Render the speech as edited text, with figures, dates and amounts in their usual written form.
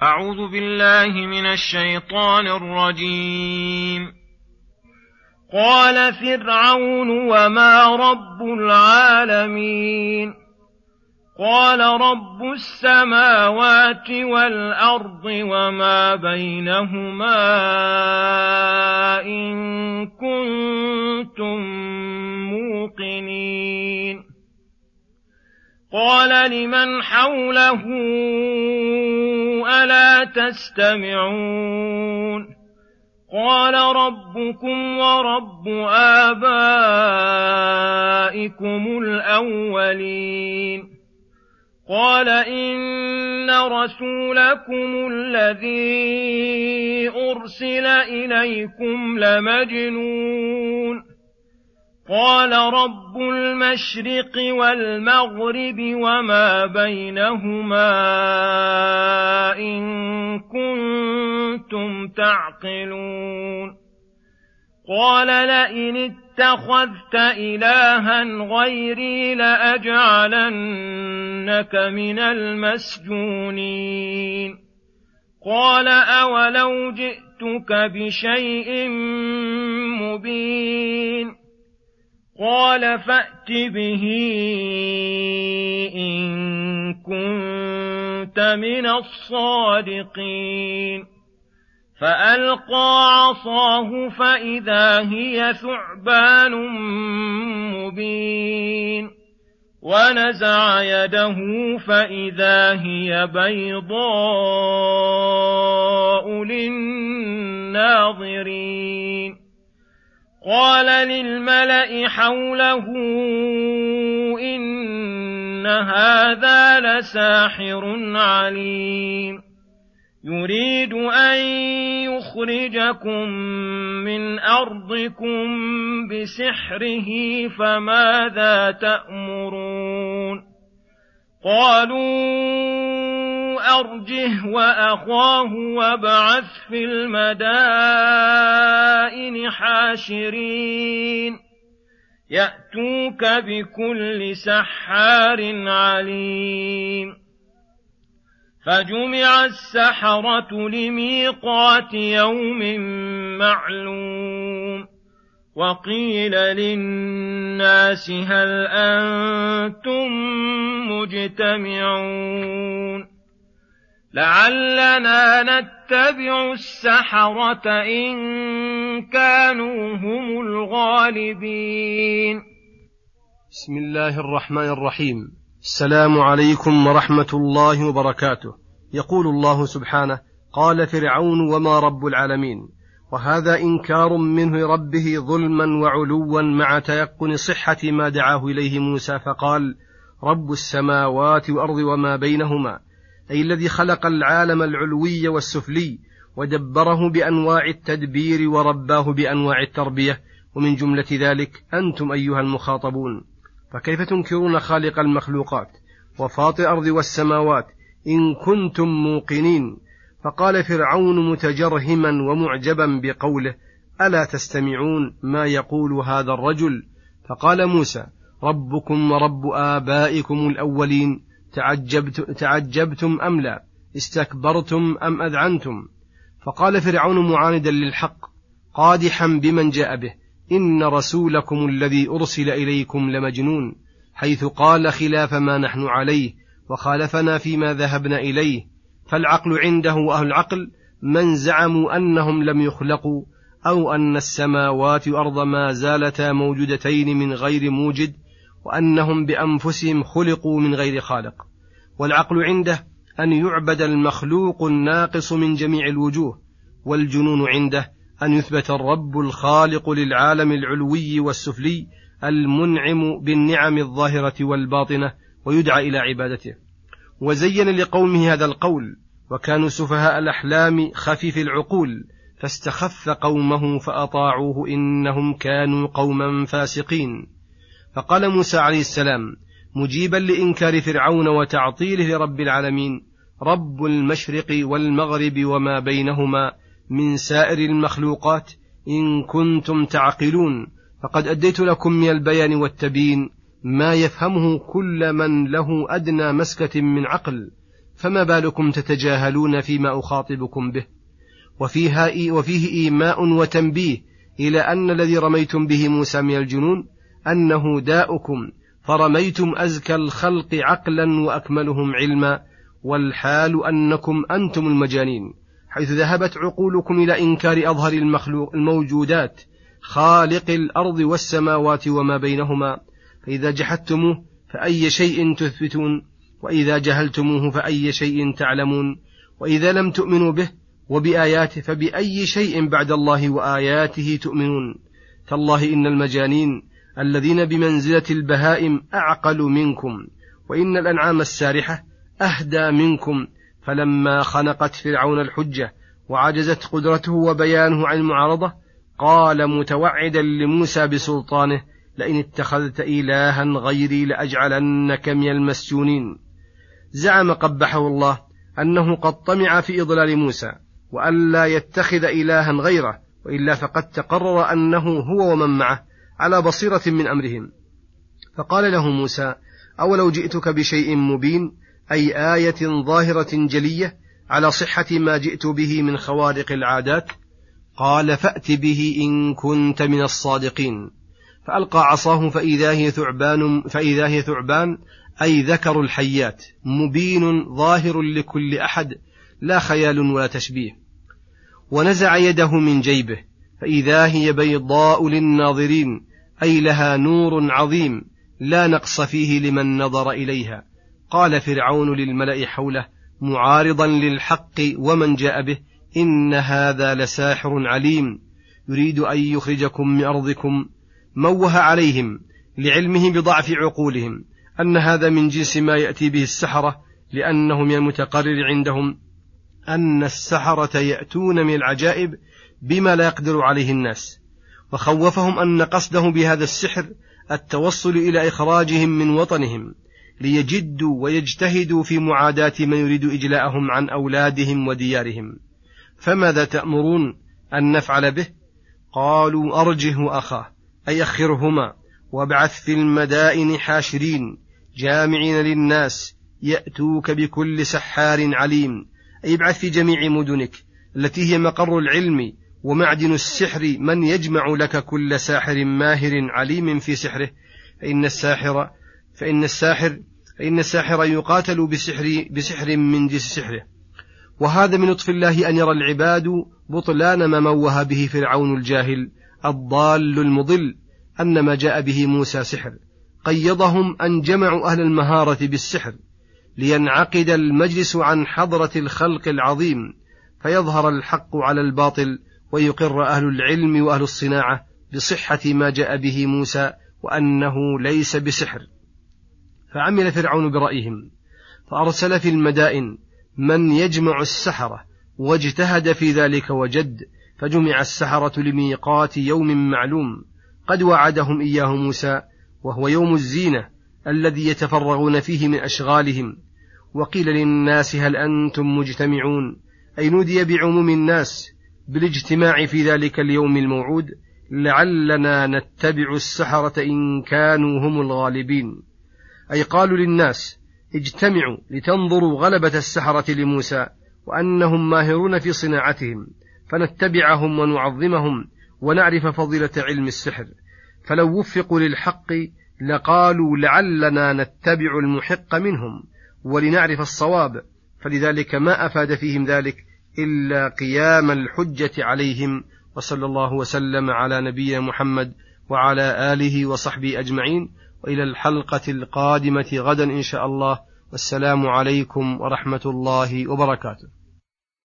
أعوذ بالله من الشيطان الرجيم. قال فرعون وما رب العالمين قال رب السماوات والأرض وما بينهما إن كنتم موقنين. قال لمن حوله ألا تستمعون قال ربكم ورب آبائكم الأولين. قال إن رسولكم الذي أرسل إليكم لمجنون. قال رب المشرق والمغرب وما بينهما إن كنتم تعقلون. قال لئن اتخذت إلها غيري لأجعلنك من المسجونين. قال أولو جئتك بشيء مبين. قال فأت به إن كنت من الصادقين. فألقى عصاه فإذا هي ثعبان مبين ونزع يده فإذا هي بيضاء للناظرين. قال للملأ حوله إن هذا لساحر عليم يريد أن يخرجكم من أرضكم بسحره فماذا تأمرون. قالوا أرجه وأخاه وابعث في المدائن حاشرين يأتوك بكل سحار عليم. فجمع السحرة لميقات يوم معلوم. وقيل للناس هل أنتم مجتمعون لعلنا نتبع السحرة إن كانوا هم الغالبين. بسم الله الرحمن الرحيم. السلام عليكم ورحمة الله وبركاته. يقول الله سبحانه: قال فرعون وما رب العالمين. وهذا إنكار منه لربه ظلما وعلوا مع تيقن صحة ما دعاه إليه موسى، فقال: رب السماوات والأرض وما بينهما، أي الذي خلق العالم العلوي والسفلي ودبره بأنواع التدبير ورباه بأنواع التربية، ومن جملة ذلك أنتم أيها المخاطبون. فكيف تنكرون خالق المخلوقات وفاطر الأرض والسماوات إن كنتم موقنين؟ فقال فرعون متجرهما ومعجبا بقوله: ألا تستمعون ما يقول هذا الرجل؟ فقال موسى: ربكم ورب آبائكم الأولين، تعجبتم أم لا؟ استكبرتم أم أذعنتم؟ فقال فرعون معاندا للحق قادحا بمن جاء به: إن رسولكم الذي أرسل إليكم لمجنون، حيث قال خلاف ما نحن عليه وخالفنا فيما ذهبنا إليه. فالعقل عنده وأهل العقل من زعموا أنهم لم يخلقوا، أو أن السماوات والأرض ما زالتا موجودتين من غير موجد، وأنهم بأنفسهم خلقوا من غير خالق. والعقل عنده أن يعبد المخلوق الناقص من جميع الوجوه، والجنون عنده أن يثبت الرب الخالق للعالم العلوي والسفلي المنعم بالنعم الظاهرة والباطنة، ويدعى إلى عبادته. وزين لقومه هذا القول، وكانوا سفهاء الأحلام خفيف العقول، فاستخف قومه فأطاعوه إنهم كانوا قوما فاسقين. فقال موسى عليه السلام مجيبا لإنكار فرعون وتعطيله لرب العالمين: رب المشرق والمغرب وما بينهما من سائر المخلوقات إن كنتم تعقلون، فقد أديت لكم من البيان والتبيين ما يفهمه كل من له أدنى مسكة من عقل، فما بالكم تتجاهلون فيما أخاطبكم به؟ وفيه إيماء وتنبيه إلى أن الذي رميتم به موسى من الجنون أنه داؤكم، فرميتم أزكى الخلق عقلا وأكملهم علما، والحال أنكم أنتم المجانين، حيث ذهبت عقولكم إلى إنكار أظهر الموجودات خالق الأرض والسماوات وما بينهما، فإذا جحدتموه فأي شيء تثبتون؟ وإذا جهلتموه فأي شيء تعلمون؟ وإذا لم تؤمنوا به وبآياته فبأي شيء بعد الله وآياته تؤمنون؟ تالله إن المجانين الذين بمنزلة البهائم أعقل منكم، وإن الأنعام السارحة أهدى منكم. فلما خنقت فرعون الحجة وعجزت قدرته وبيانه عن المعارضة، قال متوعدا لموسى بسلطانه: لئن اتخذت إلها غيري لأجعلنك من المسجونين. زعم قبحه الله أنه قد طمع في إضلال موسى وأن لا يتخذ إلها غيره، وإلا فقد تقرر أنه هو ومن معه على بصيرة من أمرهم. فقال له موسى: أولو جئتك بشيء مبين، أي آية ظاهرة جلية على صحة ما جئت به من خوارق العادات؟ قال: فأت به إن كنت من الصادقين. فألقى عصاه فإذا هي ثعبان أي ذكر الحيات، مبين ظاهر لكل أحد، لا خيال ولا تشبيه. ونزع يده من جيبه فإذا هي بيضاء للناظرين، أي لها نور عظيم لا نقص فيه لمن نظر إليها. قال فرعون للملأ حوله معارضا للحق ومن جاء به: إن هذا لساحر عليم، يريد أن يخرجكم من أرضكم. موه عليهم لعلمه بضعف عقولهم أن هذا من جنس ما يأتي به السحرة، لأنه من المتقرر عندهم أن السحرة يأتون من العجائب بما لا يقدر عليه الناس، وخوفهم أن قصده بهذا السحر التوصل إلى إخراجهم من وطنهم، ليجدوا ويجتهدوا في معاداة من يريد إجلاءهم عن أولادهم وديارهم. فماذا تأمرون أن نفعل به؟ قالوا: أرجه وأخاه، أي أخرهما، وابعث في المدائن حاشرين جامعين للناس يأتوك بكل سحار عليم، أي ابعث في جميع مدنك التي هي مقر العلم ومعدن السحر من يجمع لك كل ساحر ماهر عليم في سحره، فإن الساحر يقاتل بسحر من جنس سحره. وهذا من لطف الله أن يرى العباد بطلان ما موه به فرعون الجاهل الضال المضل، أن ما جاء به موسى سحر. قيضهم أن جمعوا أهل المهارة بالسحر لينعقد المجلس عن حضرة الخلق العظيم، فيظهر الحق على الباطل، ويقر أهل العلم وأهل الصناعة بصحة ما جاء به موسى وأنه ليس بسحر. فعمل فرعون برأيهم، فأرسل في المدائن من يجمع السحرة، واجتهد في ذلك وجد، فجمع السحرة لميقات يوم معلوم قد وعدهم إياه موسى، وهو يوم الزينة الذي يتفرغون فيه من أشغالهم. وقيل للناس: هل أنتم مجتمعون؟ أي نودي بعموم الناس بالاجتماع في ذلك اليوم الموعود، لعلنا نتبع السحرة إن كانوا هم الغالبين. أي قالوا للناس: اجتمعوا لتنظروا غلبة السحرة لموسى، وأنهم ماهرون في صناعتهم، فنتبعهم ونعظمهم ونعرف فضيلة علم السحر. فلو وفقوا للحق لقالوا: لعلنا نتبع المحق منهم ولنعرف الصواب، فلذلك ما أفاد فيهم ذلك إلا قيام الحجة عليهم. وصلى الله وسلم على نبينا محمد وعلى آله وصحبه أجمعين، وإلى الحلقة القادمة غدا إن شاء الله، والسلام عليكم ورحمة الله وبركاته.